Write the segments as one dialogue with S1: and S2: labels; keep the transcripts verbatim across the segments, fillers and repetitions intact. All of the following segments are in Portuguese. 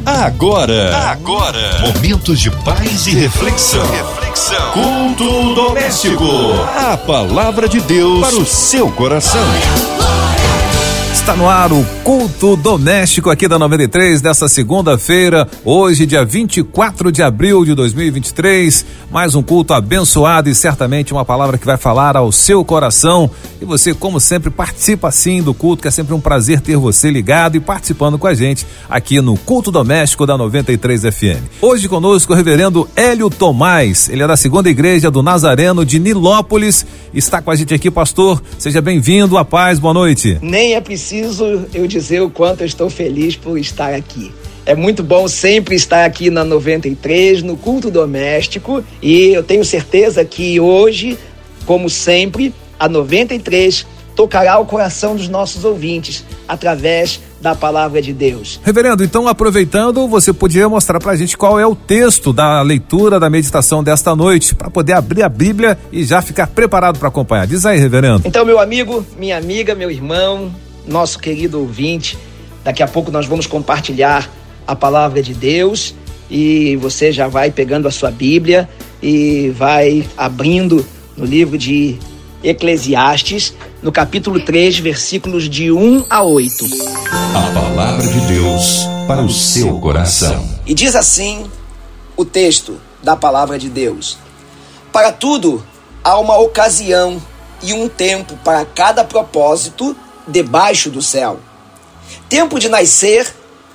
S1: Agora, agora, momentos de paz e reflexão. Reflexão. Culto doméstico. A palavra de Deus para o seu coração.
S2: Está no ar o Culto Doméstico aqui da noventa e três, dessa segunda-feira, hoje dia vinte e quatro de abril de dois mil e vinte e três, mais um culto abençoado e certamente uma palavra que vai falar ao seu coração. E você, como sempre, participa assim do culto, que é sempre um prazer ter você ligado e participando com a gente aqui no Culto Doméstico da noventa e três F M. Hoje conosco o reverendo Hélio Tomás, ele é da Segunda Igreja do Nazareno de Nilópolis, está com a gente aqui, pastor, seja bem-vindo, a paz, boa noite.
S3: Nem é preciso Preciso eu dizer o quanto eu estou feliz por estar aqui. É muito bom sempre estar aqui na noventa e três, no Culto Doméstico, e eu tenho certeza que hoje, como sempre, a noventa e três tocará o coração dos nossos ouvintes através da palavra de Deus.
S2: Reverendo, então aproveitando, você podia mostrar pra gente qual é o texto da leitura, da meditação desta noite, para poder abrir a Bíblia e já ficar preparado para acompanhar. Diz aí, reverendo.
S3: Então, meu amigo, minha amiga, meu irmão, nosso querido ouvinte, daqui a pouco nós vamos compartilhar a palavra de Deus e você já vai pegando a sua Bíblia e vai abrindo no livro de Eclesiastes, no capítulo três, versículos de um a oito.
S1: A palavra de Deus para o seu coração.
S3: E diz assim o texto da palavra de Deus: para tudo há uma ocasião e um tempo para cada propósito debaixo do céu. Tempo de nascer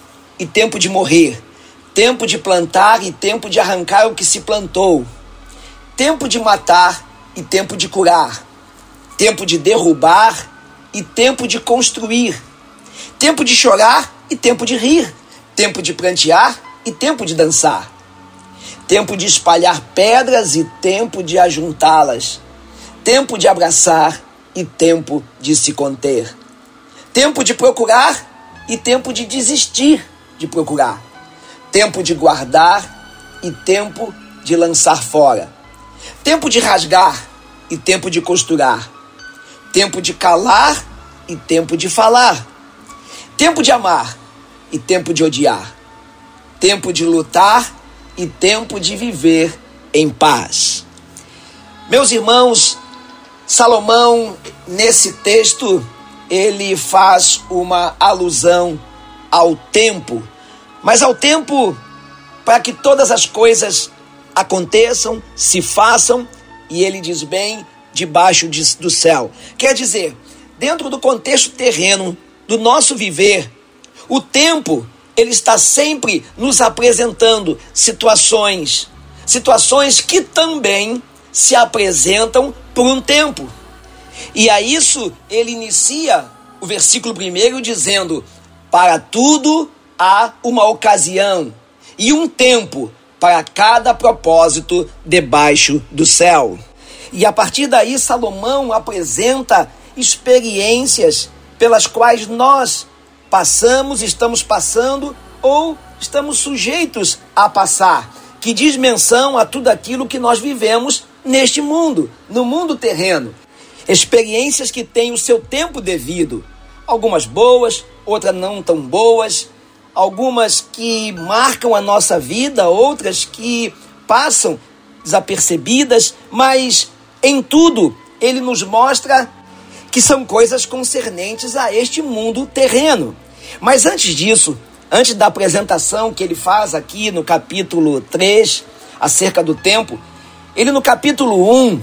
S3: e tempo de morrer. Tempo de plantar e tempo de arrancar o que se plantou. Tempo de matar e tempo de curar. Tempo de derrubar e tempo de construir. Tempo de chorar e tempo de rir. Tempo de prantear e tempo de dançar. Tempo de espalhar pedras e tempo de ajuntá-las. Tempo de abraçar e tempo de se conter. Tempo de procurar e tempo de desistir de procurar. Tempo de guardar e tempo de lançar fora. Tempo de rasgar e tempo de costurar. Tempo de calar e tempo de falar. Tempo de amar e tempo de odiar. Tempo de lutar e tempo de viver em paz. Meus irmãos, Salomão, nesse texto, ele faz uma alusão ao tempo, mas ao tempo para que todas as coisas aconteçam, se façam, e ele diz bem, debaixo de, do céu. Quer dizer, dentro do contexto terreno do nosso viver, o tempo, ele está sempre nos apresentando situações, situações que também se apresentam por um tempo. E a isso ele inicia o versículo primeiro dizendo: para tudo há uma ocasião e um tempo para cada propósito debaixo do céu. E a partir daí Salomão apresenta experiências pelas quais nós passamos, estamos passando ou estamos sujeitos a passar, que diz menção a tudo aquilo que nós vivemos neste mundo, no mundo terreno. Experiências que têm o seu tempo devido, algumas boas, outras não tão boas, algumas que marcam a nossa vida, outras que passam desapercebidas, mas em tudo ele nos mostra que são coisas concernentes a este mundo terreno. Mas antes disso, antes da apresentação que ele faz aqui no capítulo três, acerca do tempo, ele no capítulo um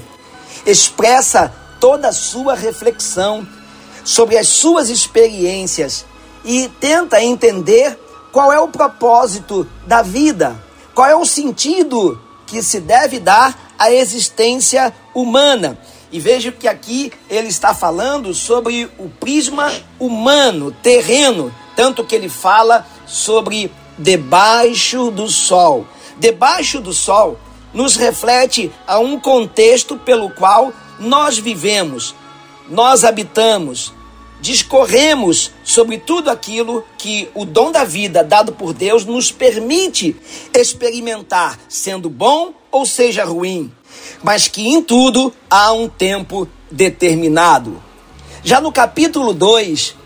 S3: expressa toda a sua reflexão sobre as suas experiências e tenta entender qual é o propósito da vida, qual é o sentido que se deve dar à existência humana. E veja que aqui ele está falando sobre o prisma humano, terreno, tanto que ele fala sobre debaixo do sol. Debaixo do sol nos reflete a um contexto pelo qual nós vivemos, nós habitamos, discorremos sobre tudo aquilo que o dom da vida dado por Deus nos permite experimentar, sendo bom ou seja ruim, mas que em tudo há um tempo determinado. Já no capítulo dois,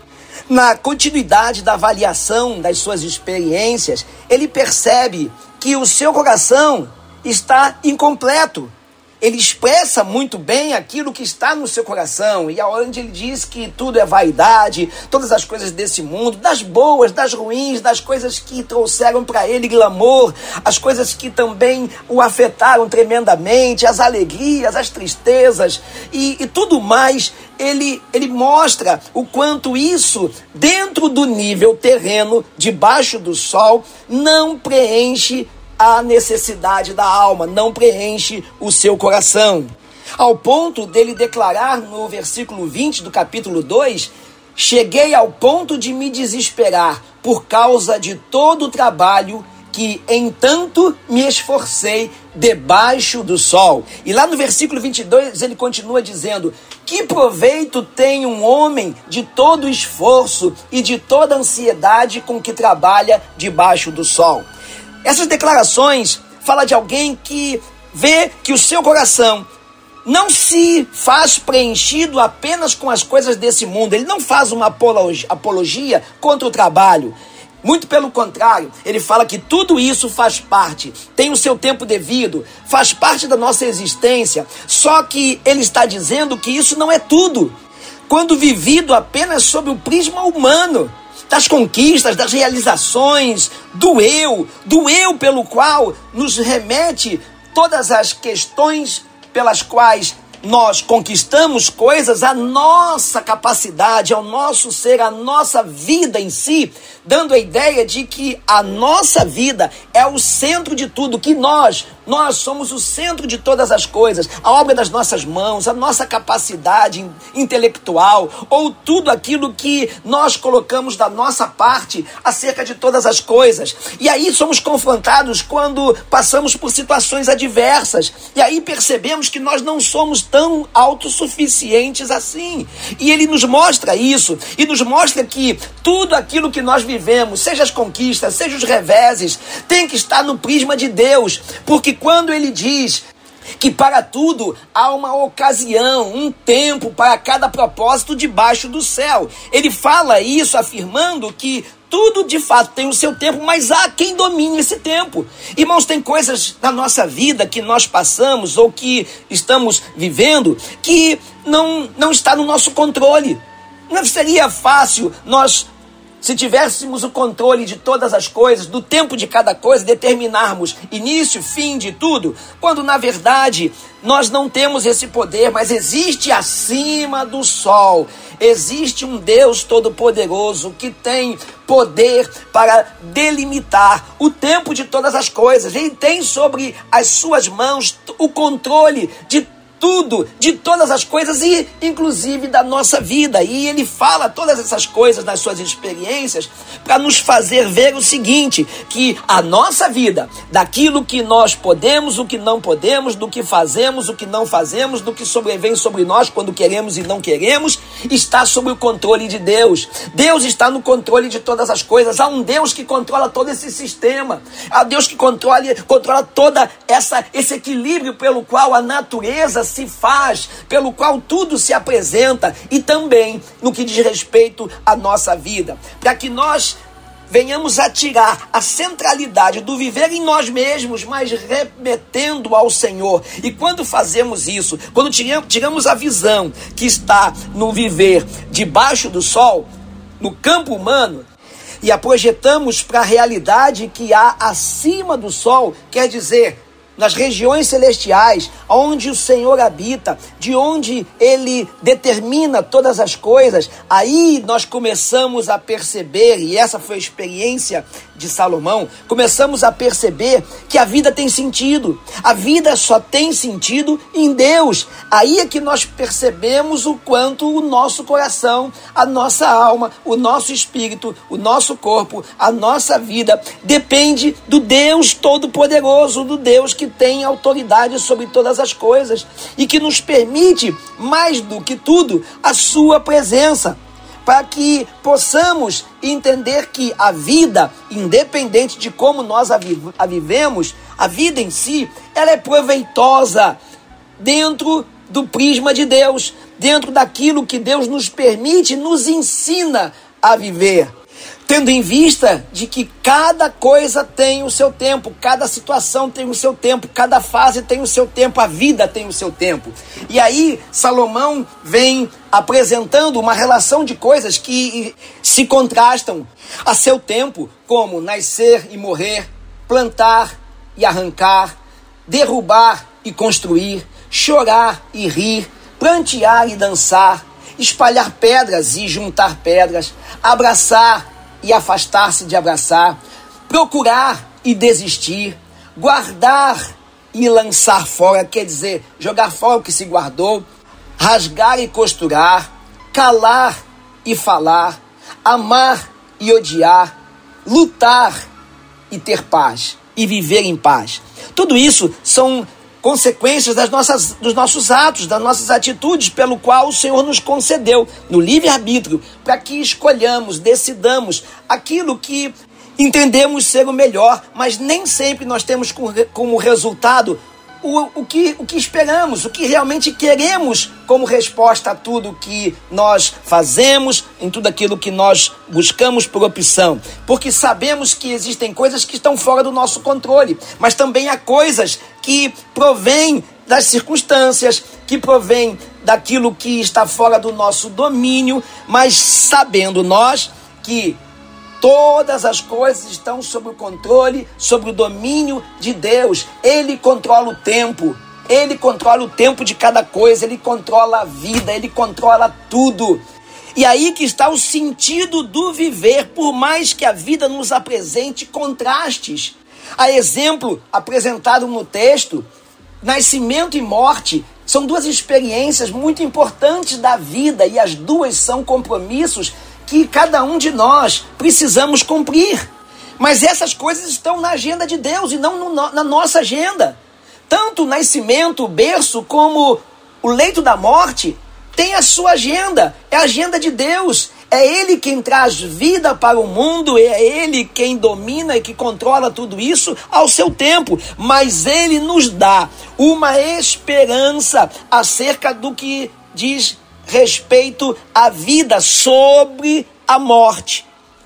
S3: Na continuidade da avaliação das suas experiências, ele percebe que o seu coração está incompleto. Ele expressa muito bem aquilo que está no seu coração, e aonde ele diz que tudo é vaidade, todas as coisas desse mundo, das boas, das ruins, das coisas que trouxeram para ele glamour, as coisas que também o afetaram tremendamente, as alegrias, as tristezas e, e tudo mais. Ele, ele mostra o quanto isso, dentro do nível terreno, debaixo do sol, não preenche a necessidade da alma, não preenche o seu coração. Ao ponto dele declarar no versículo vinte do capítulo dois, cheguei ao ponto de me desesperar por causa de todo o trabalho que entanto me esforcei debaixo do sol. E lá no versículo vinte e dois ele continua dizendo: que proveito tem um homem de todo o esforço e de toda a ansiedade com que trabalha debaixo do sol? Essas declarações falam de alguém que vê que o seu coração não se faz preenchido apenas com as coisas desse mundo. Ele não faz uma apologia contra o trabalho. Muito pelo contrário, ele fala que tudo isso faz parte, tem o seu tempo devido, faz parte da nossa existência. Só que ele está dizendo que isso não é tudo, quando vivido apenas sob o prisma humano, das conquistas, das realizações, do eu, do eu pelo qual nos remete todas as questões pelas quais nós conquistamos coisas, a nossa capacidade, ao nosso ser, a nossa vida em si, dando a ideia de que a nossa vida é o centro de tudo, que nós, nós somos o centro de todas as coisas, a obra das nossas mãos, a nossa capacidade intelectual, ou tudo aquilo que nós colocamos da nossa parte acerca de todas as coisas. E aí somos confrontados quando passamos por situações adversas, e aí percebemos que nós não somos tão autossuficientes assim. E ele nos mostra isso, e nos mostra que tudo aquilo que nós vivemos, seja as conquistas, seja os reveses, tem que estar no prisma de Deus, porque quando ele diz que para tudo há uma ocasião, um tempo para cada propósito debaixo do céu, ele fala isso afirmando que tudo de fato tem o seu tempo, mas há quem domine esse tempo. Irmãos, tem coisas na nossa vida que nós passamos ou que estamos vivendo que não, não está no nosso controle. Não seria fácil nós, se tivéssemos o controle de todas as coisas, do tempo de cada coisa, determinarmos início, fim de tudo, quando na verdade nós não temos esse poder, mas existe acima do sol, existe um Deus todo-poderoso que tem poder para delimitar o tempo de todas as coisas. Ele tem sobre as suas mãos o controle de tudo, de todas as coisas e inclusive da nossa vida. E ele fala todas essas coisas nas suas experiências para nos fazer ver o seguinte, que a nossa vida, daquilo que nós podemos, o que não podemos, do que fazemos, o que não fazemos, do que sobrevém sobre nós quando queremos e não queremos, está sob o controle de Deus. Deus está no controle de todas as coisas. Há um Deus que controla todo esse sistema. Há um Deus que controla, controla toda essa, esse equilíbrio pelo qual a natureza se faz, pelo qual tudo se apresenta, e também no que diz respeito à nossa vida, para que nós venhamos a tirar a centralidade do viver em nós mesmos, mas remetendo ao Senhor. E quando fazemos isso, quando tiramos a visão que está no viver debaixo do sol, no campo humano, e a projetamos para a realidade que há acima do sol, quer dizer, nas regiões celestiais, onde o Senhor habita, de onde Ele determina todas as coisas, aí nós começamos a perceber, e essa foi a experiência de Salomão, começamos a perceber que a vida tem sentido. A vida só tem sentido em Deus. Aí é que nós percebemos o quanto o nosso coração, a nossa alma, o nosso espírito, o nosso corpo, a nossa vida depende do Deus Todo-Poderoso, do Deus que tem autoridade sobre todas as coisas e que nos permite, mais do que tudo, a sua presença, para que possamos entender que a vida, independente de como nós a, vi- a vivemos, a vida em si, ela é proveitosa dentro do prisma de Deus, dentro daquilo que Deus nos permite, nos ensina a viver, tendo em vista de que cada coisa tem o seu tempo, cada situação tem o seu tempo, cada fase tem o seu tempo, a vida tem o seu tempo. E aí Salomão vem apresentando uma relação de coisas que se contrastam a seu tempo, como nascer e morrer, plantar e arrancar, derrubar e construir, chorar e rir, prantear e dançar, espalhar pedras e juntar pedras, abraçar e afastar-se de abraçar, procurar e desistir, guardar e lançar fora, quer dizer, jogar fora o que se guardou, rasgar e costurar, calar e falar, amar e odiar, lutar e ter paz, e viver em paz. Tudo isso são consequências das nossas, dos nossos atos, das nossas atitudes, pelo qual o Senhor nos concedeu no livre-arbítrio, para que escolhamos, decidamos aquilo que entendemos ser o melhor, mas nem sempre nós temos como resultado o, o, que, o que esperamos, o que realmente queremos como resposta a tudo que nós fazemos, em tudo aquilo que nós buscamos por opção. Porque sabemos que existem coisas que estão fora do nosso controle, mas também há coisas que provêm das circunstâncias, que provêm daquilo que está fora do nosso domínio, mas sabendo nós que todas as coisas estão sob o controle, sob o domínio de Deus. Ele controla o tempo, Ele controla o tempo de cada coisa, Ele controla a vida, Ele controla tudo. E aí que está o sentido do viver, por mais que a vida nos apresente contrastes. A exemplo apresentado no texto, nascimento e morte são duas experiências muito importantes da vida, e as duas são compromissos que cada um de nós precisamos cumprir. Mas essas coisas estão na agenda de Deus e não no, na nossa agenda. Tanto o nascimento, o berço, como o leito da morte tem a sua agenda, é a agenda de Deus. É Ele quem traz vida para o mundo, é Ele quem domina e que controla tudo isso ao seu tempo. Mas Ele nos dá uma esperança acerca do que diz respeito à vida sobre a morte.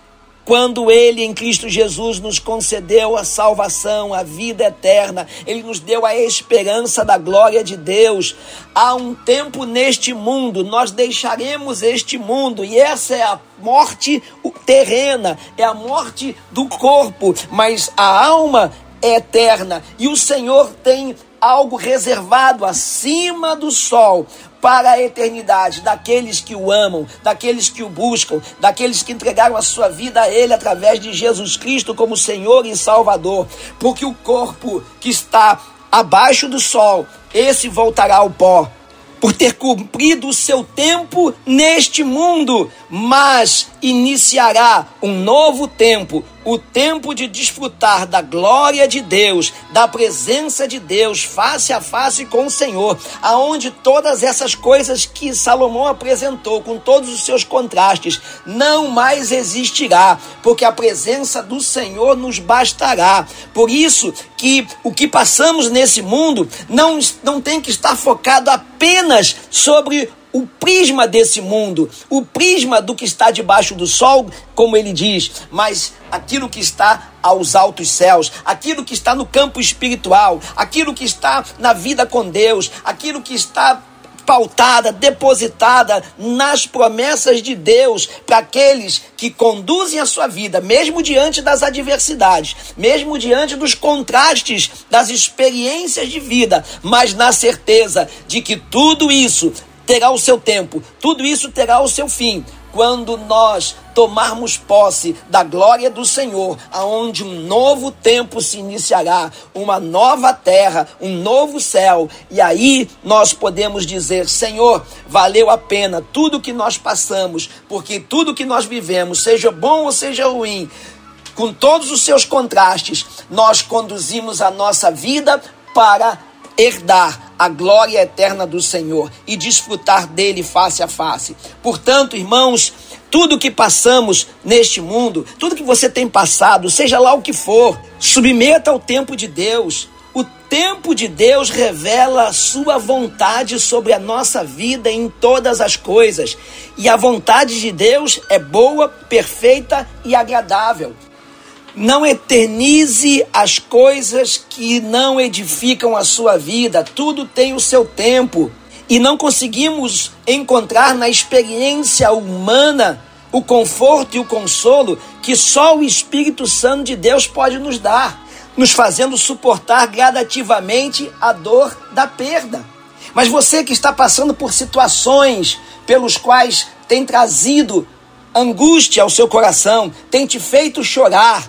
S3: Quando Ele, em Cristo Jesus, nos concedeu a salvação, a vida eterna, Ele nos deu a esperança da glória de Deus. Há um tempo neste mundo, nós deixaremos este mundo, e essa é a morte terrena, é a morte do corpo, mas a alma é eterna, e o Senhor tem algo reservado acima do sol para a eternidade, daqueles que o amam, daqueles que o buscam, daqueles que entregaram a sua vida a Ele através de Jesus Cristo como Senhor e Salvador. Porque o corpo que está abaixo do sol, esse voltará ao pó, por ter cumprido o seu tempo neste mundo, mas iniciará um novo tempo, o tempo de desfrutar da glória de Deus, da presença de Deus, face a face com o Senhor, aonde todas essas coisas que Salomão apresentou, com todos os seus contrastes, não mais existirá, porque a presença do Senhor nos bastará. Por isso que o que passamos nesse mundo não, não tem que estar focado apenas sobre o prisma desse mundo, o prisma do que está debaixo do sol, como ele diz, mas aquilo que está aos altos céus, aquilo que está no campo espiritual, aquilo que está na vida com Deus, aquilo que está pautada, depositada nas promessas de Deus para aqueles que conduzem a sua vida, mesmo diante das adversidades, mesmo diante dos contrastes das experiências de vida, mas na certeza de que tudo isso terá o seu tempo, tudo isso terá o seu fim, quando nós tomarmos posse da glória do Senhor, aonde um novo tempo se iniciará, uma nova terra, um novo céu, e aí nós podemos dizer: Senhor, valeu a pena tudo que nós passamos, porque tudo que nós vivemos, seja bom ou seja ruim, com todos os seus contrastes, nós conduzimos a nossa vida para herdar a glória eterna do Senhor e desfrutar dele face a face. Portanto, irmãos, tudo que passamos neste mundo, tudo que você tem passado, seja lá o que for, submeta ao tempo de Deus. O tempo de Deus revela a sua vontade sobre a nossa vida em todas as coisas. E a vontade de Deus é boa, perfeita e agradável. Não eternize as coisas que não edificam a sua vida. Tudo tem o seu tempo. E não conseguimos encontrar na experiência humana o conforto e o consolo que só o Espírito Santo de Deus pode nos dar, nos fazendo suportar gradativamente a dor da perda. Mas você que está passando por situações pelos quais tem trazido angústia ao seu coração, tem te feito chorar,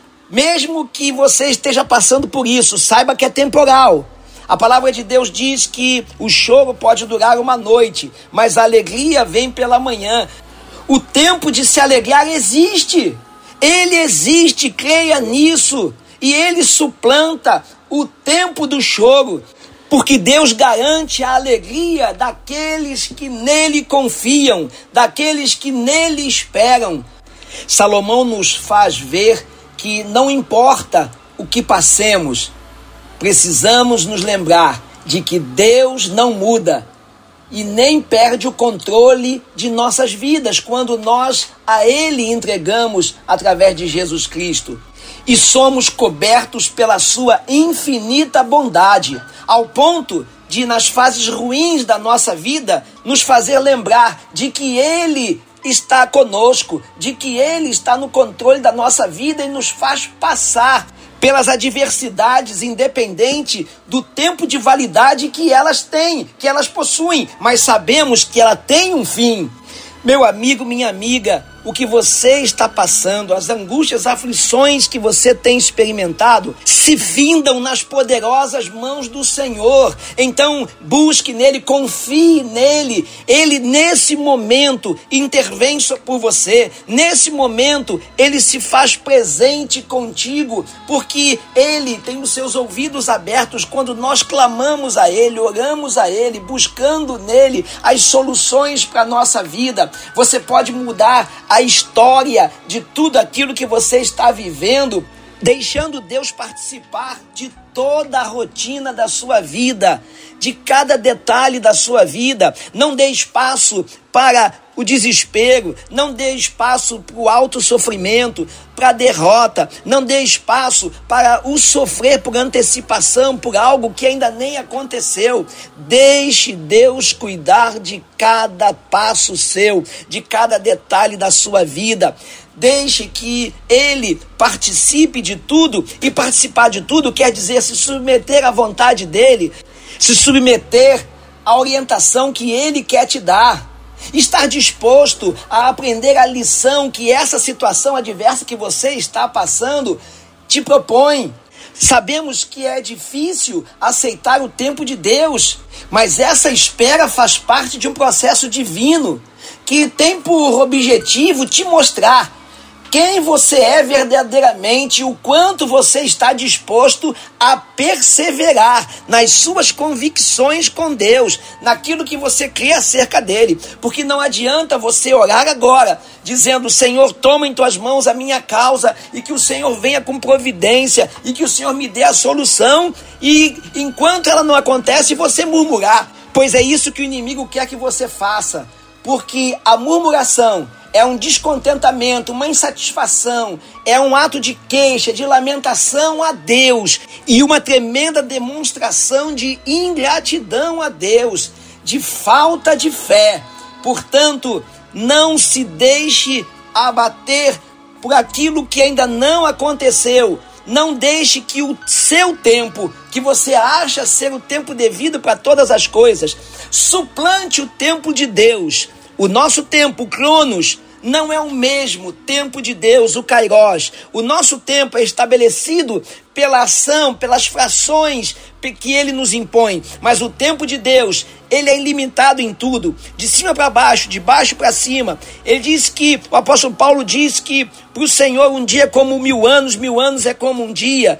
S3: mesmo que você esteja passando por isso, saiba que é temporal. A palavra de Deus diz que o choro pode durar uma noite, mas a alegria vem pela manhã. O tempo de se alegrar existe. Ele existe, creia nisso. E ele suplanta o tempo do choro, porque Deus garante a alegria daqueles que nele confiam, daqueles que nele esperam. Salomão nos faz ver que não importa o que passemos, precisamos nos lembrar de que Deus não muda e nem perde o controle de nossas vidas quando nós a Ele entregamos através de Jesus Cristo. E somos cobertos pela sua infinita bondade, ao ponto de, nas fases ruins da nossa vida, nos fazer lembrar de que Ele está conosco, de que Ele está no controle da nossa vida e nos faz passar pelas adversidades, independente do tempo de validade que elas têm, que elas possuem, mas sabemos que ela tem um fim. Meu amigo, minha amiga, o que você está passando, as angústias, as aflições que você tem experimentado, se findam nas poderosas mãos do Senhor. Então, busque nele, confie nele. Ele, nesse momento, intervém por você. Nesse momento, ele se faz presente contigo, porque ele tem os seus ouvidos abertos quando nós clamamos a ele, oramos a ele, buscando nele as soluções para a nossa vida. Você pode mudar a história de tudo aquilo que você está vivendo, deixando Deus participar de toda a rotina da sua vida, de cada detalhe da sua vida. Não dê espaço para o desespero, não dê espaço para o autossofrimento, para a derrota, não dê espaço para o sofrer por antecipação, por algo que ainda nem aconteceu. Deixe Deus cuidar de cada passo seu, de cada detalhe da sua vida. Deixe que Ele participe de tudo, e participar de tudo quer dizer se submeter à vontade dEle, se submeter à orientação que Ele quer te dar. Estar disposto a aprender a lição que essa situação adversa que você está passando te propõe. Sabemos que é difícil aceitar o tempo de Deus, mas essa espera faz parte de um processo divino que tem por objetivo te mostrar quem você é verdadeiramente e o quanto você está disposto a perseverar nas suas convicções com Deus, naquilo que você crê acerca dele. Porque não adianta você orar agora, dizendo: Senhor, toma em tuas mãos a minha causa, e que o Senhor venha com providência, e que o Senhor me dê a solução, e enquanto ela não acontece, você murmurar. Pois é isso que o inimigo quer que você faça, porque a murmuração é um descontentamento, uma insatisfação, é um ato de queixa, de lamentação a Deus e uma tremenda demonstração de ingratidão a Deus, de falta de fé. Portanto, não se deixe abater por aquilo que ainda não aconteceu. Não deixe que o seu tempo, que você acha ser o tempo devido para todas as coisas, suplante o tempo de Deus. O nosso tempo, o Cronos, não é o mesmo tempo de Deus, o Kairos. O nosso tempo é estabelecido pela ação, pelas frações que ele nos impõe. Mas o tempo de Deus, ele é ilimitado em tudo, de cima para baixo, de baixo para cima. Ele diz que, o apóstolo Paulo diz que para o Senhor um dia é como mil anos, mil anos é como um dia.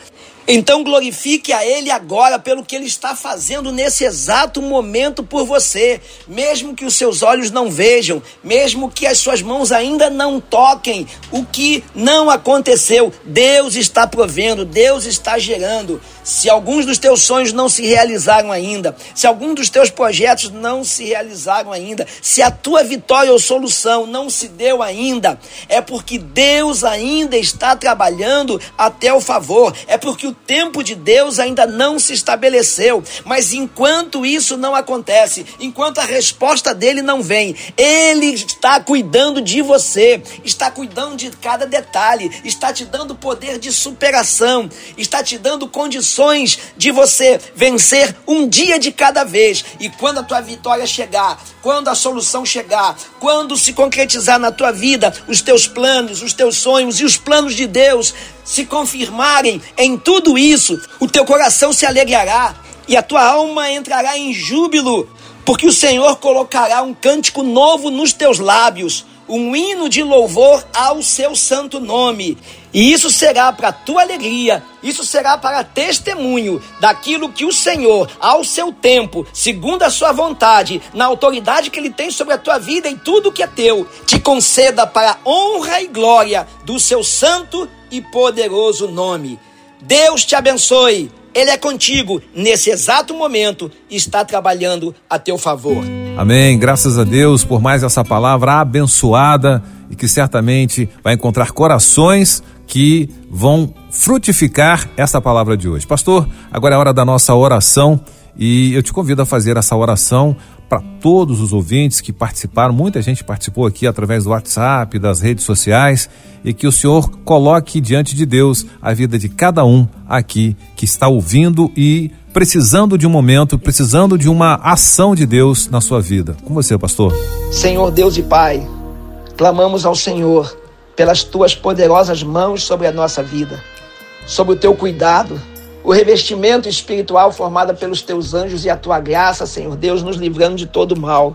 S3: Então glorifique a Ele agora pelo que Ele está fazendo nesse exato momento por você. Mesmo que os seus olhos não vejam, mesmo que as suas mãos ainda não toquem o que não aconteceu, Deus está provendo, Deus está gerando. Se alguns dos teus sonhos não se realizaram ainda, se algum dos teus projetos não se realizaram ainda, se a tua vitória ou solução não se deu ainda, é porque Deus ainda está trabalhando a teu favor, é porque o tempo de Deus ainda não se estabeleceu. Mas enquanto isso não acontece, enquanto a resposta dele não vem, Ele está cuidando de você, está cuidando de cada detalhe, está te dando poder de superação, está te dando condições de você vencer um dia de cada vez. E quando a tua vitória chegar, quando a solução chegar, quando se concretizar na tua vida os teus planos, os teus sonhos e os planos de Deus se confirmarem em tudo isso, o teu coração se alegrará e a tua alma entrará em júbilo, porque o Senhor colocará um cântico novo nos teus lábios, um hino de louvor ao seu santo nome. E isso será para a tua alegria, isso será para testemunho daquilo que o Senhor, ao seu tempo, segundo a sua vontade, na autoridade que Ele tem sobre a tua vida e tudo que é teu, te conceda para a honra e glória do seu santo e poderoso nome. Deus te abençoe. Ele é contigo nesse exato momento e está trabalhando a teu favor.
S2: Amém, graças a Deus por mais essa palavra abençoada e que certamente vai encontrar corações que vão frutificar essa palavra de hoje. Pastor, agora é a hora da nossa oração e eu te convido a fazer essa oração para todos os ouvintes que participaram. Muita gente participou aqui através do WhatsApp, das redes sociais, e que o Senhor coloque diante de Deus a vida de cada um aqui que está ouvindo e precisando de um momento, precisando de uma ação de Deus na sua vida. Com você, pastor.
S3: Senhor Deus e Pai, clamamos ao Senhor pelas tuas poderosas mãos sobre a nossa vida, sobre o teu cuidado, o revestimento espiritual formado pelos teus anjos e a tua graça, Senhor Deus, nos livrando de todo mal.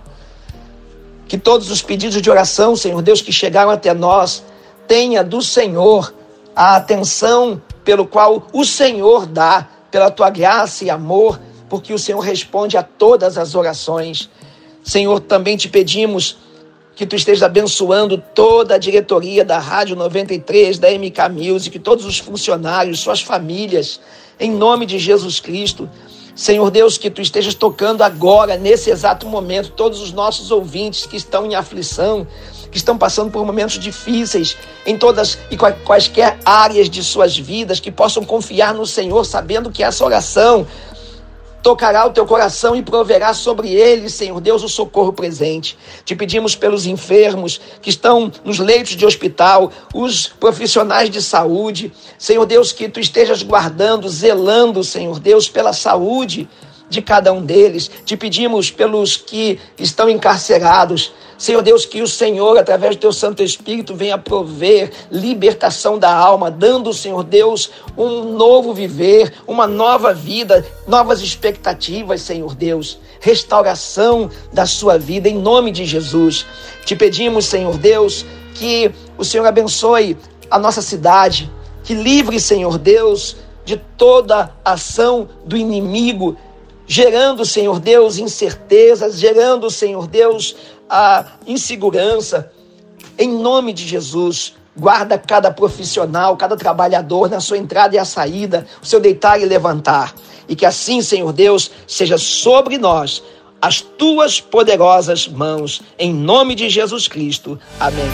S3: Que todos os pedidos de oração, Senhor Deus, que chegaram até nós, tenha do Senhor a atenção pelo qual o Senhor dá, pela tua graça e amor, porque o Senhor responde a todas as orações. Senhor, também te pedimos que tu estejas abençoando toda a diretoria da Rádio noventa e três, da M K Music, todos os funcionários, suas famílias, em nome de Jesus Cristo. Senhor Deus, que tu estejas tocando agora, nesse exato momento, todos os nossos ouvintes que estão em aflição, que estão passando por momentos difíceis em todas e quaisquer áreas de suas vidas, que possam confiar no Senhor, sabendo que essa oração tocará o teu coração e proverá sobre eles, Senhor Deus, o socorro presente. Te pedimos pelos enfermos que estão nos leitos de hospital, os profissionais de saúde, Senhor Deus, que tu estejas guardando, zelando, Senhor Deus, pela saúde de cada um deles. Te pedimos pelos que estão encarcerados, Senhor Deus, que o Senhor, através do teu Santo Espírito, venha prover libertação da alma, dando, Senhor Deus, um novo viver, uma nova vida, novas expectativas, Senhor Deus, restauração da sua vida, em nome de Jesus. Te pedimos, Senhor Deus, que o Senhor abençoe a nossa cidade, que livre, Senhor Deus, de toda ação do inimigo, gerando, Senhor Deus, incertezas, gerando, Senhor Deus, a insegurança. Em nome de Jesus, guarda cada profissional, cada trabalhador na sua entrada e a saída, o seu deitar e levantar. E que assim, Senhor Deus, seja sobre nós as tuas poderosas mãos. Em nome de Jesus Cristo. Amém.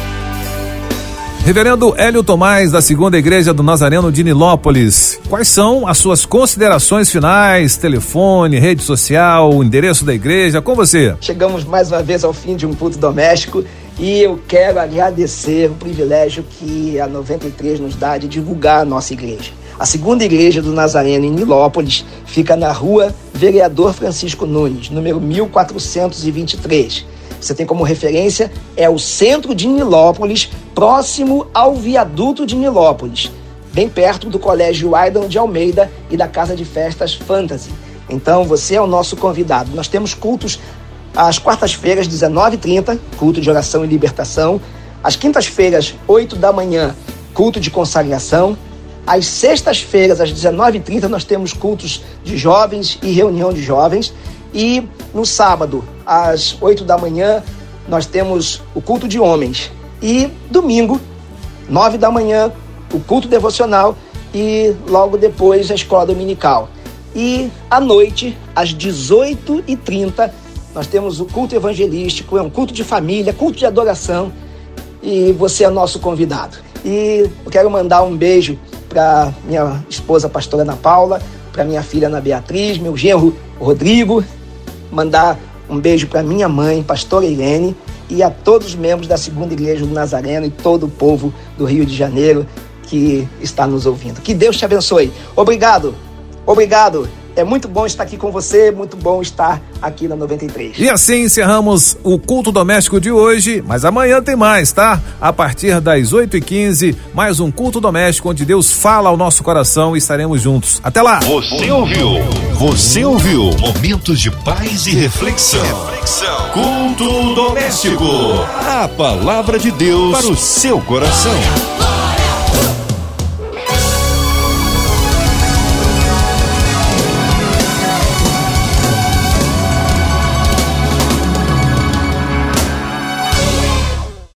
S2: Reverendo Hélio Tomás, da Segunda Igreja do Nazareno de Nilópolis, quais são as suas considerações finais? Telefone, rede social, o endereço da igreja, com você.
S3: Chegamos mais uma vez ao fim de um culto doméstico e eu quero agradecer o privilégio que a noventa e três nos dá de divulgar a nossa igreja. A Segunda Igreja do Nazareno em Nilópolis fica na rua Vereador Francisco Nunes, número mil quatrocentos e vinte e três. Você tem como referência, é o centro de Nilópolis, próximo ao viaduto de Nilópolis, bem perto do Colégio Aidon de Almeida e da Casa de Festas Fantasy. Então, você é o nosso convidado. Nós temos cultos às quartas-feiras, dezenove e trinta, culto de oração e libertação. Às quintas-feiras, oito da manhã, culto de consagração. Às sextas-feiras, às dezenove e trinta, nós temos cultos de jovens e reunião de jovens. E no sábado, às oito da manhã, nós temos o culto de homens. E domingo, nove da manhã, o culto devocional e logo depois a escola dominical. E à noite, às dezoito e trinta, nós temos o culto evangelístico, é um culto de família, culto de adoração, e você é nosso convidado. E eu quero mandar um beijo para minha esposa, pastora Ana Paula, para minha filha Ana Beatriz, meu genro Rodrigo, mandar um beijo para minha mãe, pastora Irene, e a todos os membros da Segunda Igreja do Nazareno e todo o povo do Rio de Janeiro que está nos ouvindo. Que Deus te abençoe. Obrigado, obrigado. É muito bom estar aqui com você, muito bom estar aqui na noventa e três.
S2: E assim encerramos o culto doméstico de hoje, mas amanhã tem mais, tá? A partir das oito e quinze, mais um culto doméstico onde Deus fala ao nosso coração e estaremos juntos. Até lá!
S1: Você ouviu? Você ouviu? Momentos de paz e reflexão. Reflexão. Culto doméstico. A palavra de Deus para o seu coração.